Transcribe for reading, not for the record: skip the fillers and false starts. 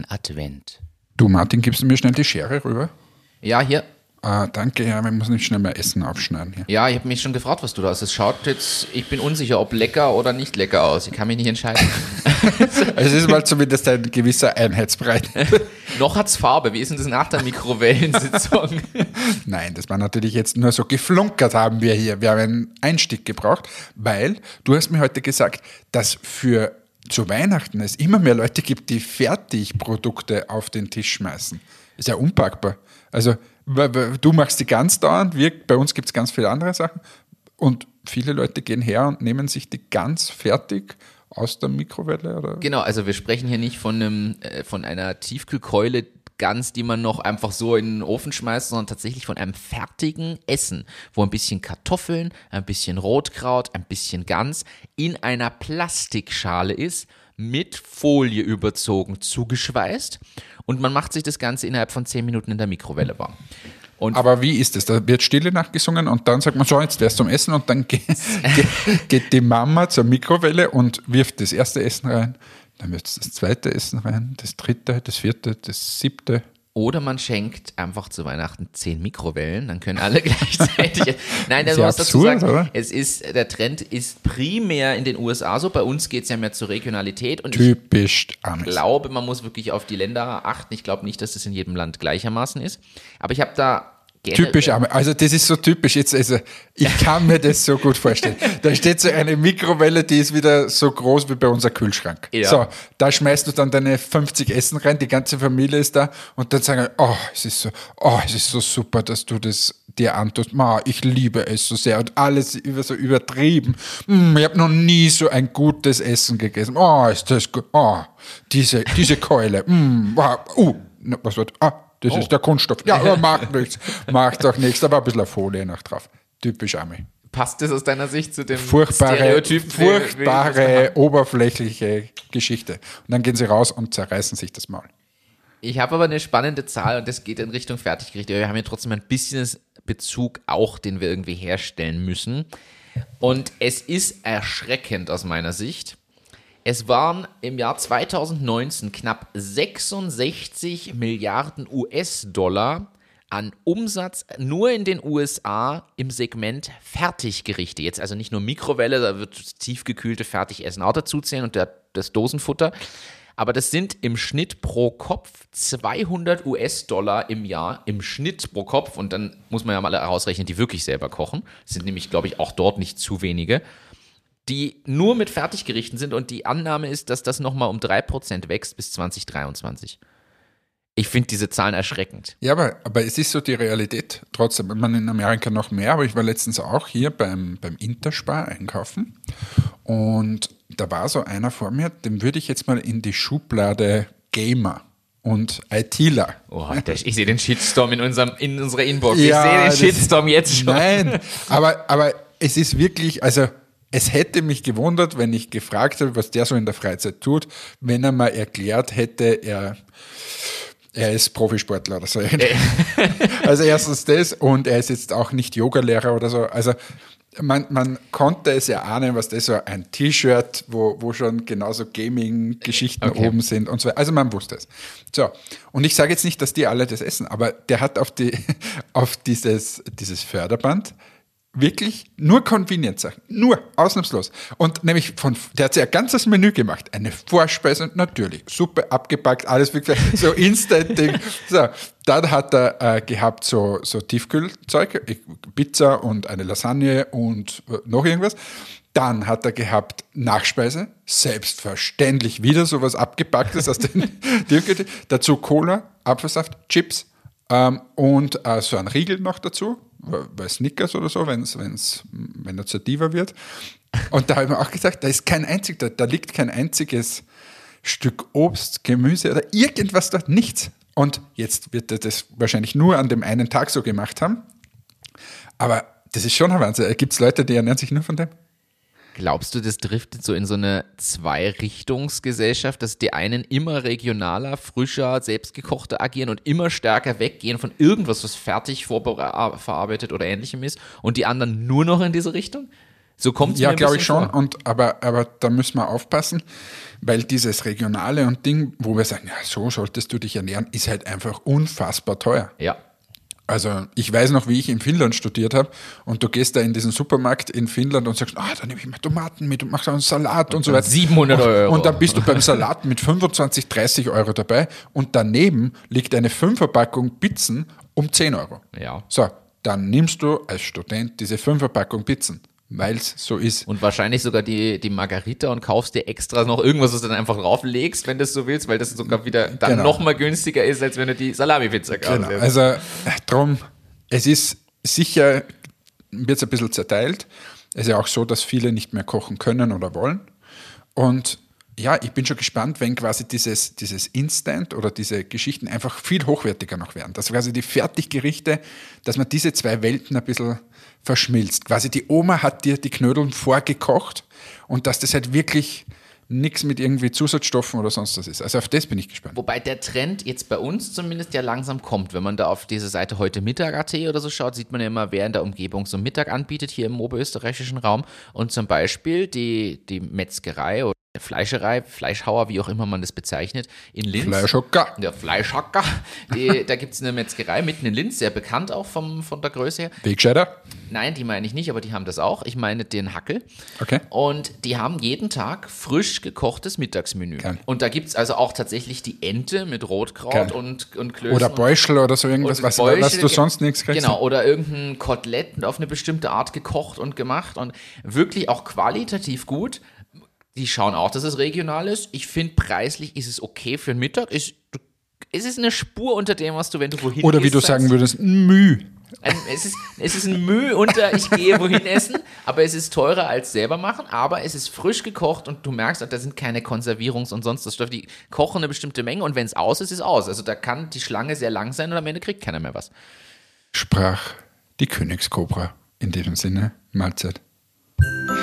Advent. Du, Martin, gibst du mir schnell die Schere rüber? Ja, hier. Danke, ja, wir müssen nicht schnell mal Essen aufschneiden hier. Ja, ich habe mich schon gefragt, was du da hast. Es schaut jetzt, ich bin unsicher, ob lecker oder nicht lecker aus. Ich kann mich nicht entscheiden. Es ist mal zumindest ein gewisser Einheitsbrei. Noch hat's Farbe. Wie ist denn das nach der Mikrowellensitzung? Nein, das war natürlich jetzt nur so geflunkert haben wir hier. Wir haben einen Einstieg gebraucht, weil du hast mir heute gesagt, dass für zu Weihnachten es immer mehr Leute gibt, die Fertigprodukte auf den Tisch schmeißen. Ist ja unpackbar. Also du machst die ganz dauernd, bei uns gibt es ganz viele andere Sachen und viele Leute gehen her und nehmen sich die ganz fertig aus der Mikrowelle. Oder? Genau, also wir sprechen hier nicht von einer Tiefkühlkeule Gans, die man noch einfach so in den Ofen schmeißt, sondern tatsächlich von einem fertigen Essen, wo ein bisschen Kartoffeln, ein bisschen Rotkraut, ein bisschen Gans in einer Plastikschale ist, mit Folie überzogen, zugeschweißt und man macht sich das Ganze innerhalb von 10 Minuten in der Mikrowelle warm. Aber wie ist es? Da wird Stille nachgesungen und dann sagt man, so, jetzt wär's zum Essen und dann geht die Mama zur Mikrowelle und wirft das erste Essen rein, dann wird das zweite Essen rein, das dritte, das vierte, das siebte. Oder man schenkt einfach zu Weihnachten 10 Mikrowellen, dann können alle gleichzeitig essen. Nein, das muss dazu sagen, oder? der Trend ist primär in den USA so, bei uns geht es ja mehr zur Regionalität und Typisch ich glaube, man muss wirklich auf die Länder achten. Ich glaube nicht, dass das in jedem Land gleichermaßen ist, aber ich habe da typisch arme. Also das ist so typisch jetzt, also ich kann mir das so gut vorstellen. Da steht so eine Mikrowelle, die ist wieder so groß wie bei unser Kühlschrank. Ja. So, da schmeißt du dann deine 50 Essen rein, die ganze Familie ist da und dann sagen, es ist so super, dass du das dir antust. Ich liebe es so sehr und alles so übertrieben. Ich habe noch nie so ein gutes Essen gegessen. Ist das gut. Diese Keule. Was wird? Das ist der Kunststoff. Ja, aber macht nichts. Macht doch nichts. Da war ein bisschen eine Folie noch drauf. Typisch Ami. Passt das aus deiner Sicht zu dem furchtbare, Stereotyp? oberflächliche Geschichte. Und dann gehen sie raus und zerreißen sich das Maul. Ich habe aber eine spannende Zahl und das geht in Richtung Fertiggerichte. Wir haben ja trotzdem ein bisschen Bezug auch, den wir irgendwie herstellen müssen. Und es ist erschreckend aus meiner Sicht. Es waren im Jahr 2019 knapp 66 Milliarden US-Dollar an Umsatz nur in den USA im Segment Fertiggerichte. Jetzt also nicht nur Mikrowelle, da wird tiefgekühlte Fertigessen auch dazu zählen und das Dosenfutter. Aber das sind im Schnitt pro Kopf 200 US-Dollar im Jahr, im Schnitt pro Kopf. Und dann muss man ja mal herausrechnen, die wirklich selber kochen. Das sind nämlich, glaube ich, auch dort nicht zu wenige, die nur mit Fertiggerichten sind und die Annahme ist, dass das nochmal um 3% wächst bis 2023. Ich finde diese Zahlen erschreckend. Ja, aber es ist so die Realität trotzdem. Ich meine, in Amerika noch mehr, aber ich war letztens auch hier beim Interspar einkaufen und da war so einer vor mir, den würde ich jetzt mal in die Schublade Gamer und ITler. Ich sehe den Shitstorm in unserer Inbox. Ja, ich sehe den Shitstorm jetzt schon. Nein, aber es ist wirklich, also es hätte mich gewundert, wenn ich gefragt hätte, was der so in der Freizeit tut, wenn er mal erklärt hätte, er ist Profisportler oder so. Also erstens das und er ist jetzt auch nicht Yogalehrer oder so. Also man konnte es erahnen, was das so ein T-Shirt, wo schon genauso Gaming-Geschichten oben sind und so. Also man wusste es. So, und ich sage jetzt nicht, dass die alle das essen, aber der hat auf dieses Förderband wirklich nur Convenience-Sachen, nur ausnahmslos. Und nämlich der hat sich ein ganzes Menü gemacht, eine Vorspeise, natürlich, Suppe abgepackt, alles wirklich so Instant-Ding. So, dann hat er gehabt so Tiefkühlzeug, Pizza und eine Lasagne und noch irgendwas. Dann hat er gehabt Nachspeise, selbstverständlich wieder sowas Abgepacktes aus den Tiefkühl. Dazu Cola, Apfelsaft, Chips und so ein Riegel noch dazu, bei Snickers oder so, wenn er zu diva wird. Und da habe ich mir auch gesagt, da liegt kein einziges Stück Obst, Gemüse oder irgendwas dort, nichts. Und jetzt wird er das wahrscheinlich nur an dem einen Tag so gemacht haben. Aber das ist schon ein Wahnsinn. Gibt es Leute, die ernähren sich nur von dem? Glaubst du, das driftet so in so eine Zweirichtungsgesellschaft, dass die einen immer regionaler, frischer, selbstgekochter agieren und immer stärker weggehen von irgendwas, was fertig verarbeitet oder ähnlichem ist und die anderen nur noch in diese Richtung? So kommt es Ja, mir ein glaube ich bisschen schon. vor. Aber da müssen wir aufpassen, weil dieses Regionale und Ding, wo wir sagen, ja, so solltest du dich ernähren, ist halt einfach unfassbar teuer. Ja. Also ich weiß noch, wie ich in Finnland studiert habe und du gehst da in diesen Supermarkt in Finnland und sagst, da nehme ich mal Tomaten mit und mach da einen Salat und so weiter. 700 Euro. Und dann bist du beim Salat mit 25, 30 Euro dabei und daneben liegt eine 5er-Packung Pizzen um 10 Euro. Ja. So, dann nimmst du als Student diese 5er-Packung Pizzen, weil es so ist. Und wahrscheinlich sogar die Margarita und kaufst dir extra noch irgendwas, was du dann einfach drauflegst, wenn du es so willst, weil das sogar wieder dann Genau. noch mal günstiger ist, als wenn du die Salami-Pizza kaufst. Genau. Also drum, es ist sicher, wird es ein bisschen zerteilt. Es ist ja auch so, dass viele nicht mehr kochen können oder wollen. Und ja, ich bin schon gespannt, wenn quasi dieses Instant oder diese Geschichten einfach viel hochwertiger noch werden. Dass quasi die Fertiggerichte, dass man diese zwei Welten ein bisschen verschmilzt. Quasi die Oma hat dir die Knödeln vorgekocht und dass das halt wirklich nichts mit irgendwie Zusatzstoffen oder sonst was ist. Also auf das bin ich gespannt. Wobei der Trend jetzt bei uns zumindest ja langsam kommt. Wenn man da auf diese Seite heute Mittag.at oder so schaut, sieht man ja immer, wer in der Umgebung so Mittag anbietet, hier im oberösterreichischen Raum. Und zum Beispiel die Metzgerei oder Fleischerei, Fleischhauer, wie auch immer man das bezeichnet, in Linz. Fleischhocker. Der Fleischhacker. Da gibt es eine Metzgerei mitten in Linz, sehr bekannt auch von der Größe her. Wegscheider. Nein, die meine ich nicht, aber die haben das auch. Ich meine den Hackel. Okay. Und die haben jeden Tag frisch gekochtes Mittagsmenü. Geil. Und da gibt es also auch tatsächlich die Ente mit Rotkraut Geil. und Klößen. Oder Beuschel oder so irgendwas, und was Bäuchel, du sonst nichts kriegst. Genau, oder irgendein Kotelett auf eine bestimmte Art gekocht und gemacht und wirklich auch qualitativ gut. Die schauen auch, dass es regional ist. Ich finde, preislich ist es okay für einen Mittag. Es ist eine Spur unter dem, was du, wenn du wohin Oder wie gehst, du sagst. sagen würdest, Müh. Es ist ein Mühe unter, ich gehe wohin essen, aber es ist teurer als selber machen, aber es ist frisch gekocht und du merkst, da sind keine Konservierungs- und sonst was Stoff. Die kochen eine bestimmte Menge und wenn es aus ist, ist aus. Also da kann die Schlange sehr lang sein und am Ende kriegt keiner mehr was. Sprach die Königskobra. In diesem Sinne, Mahlzeit.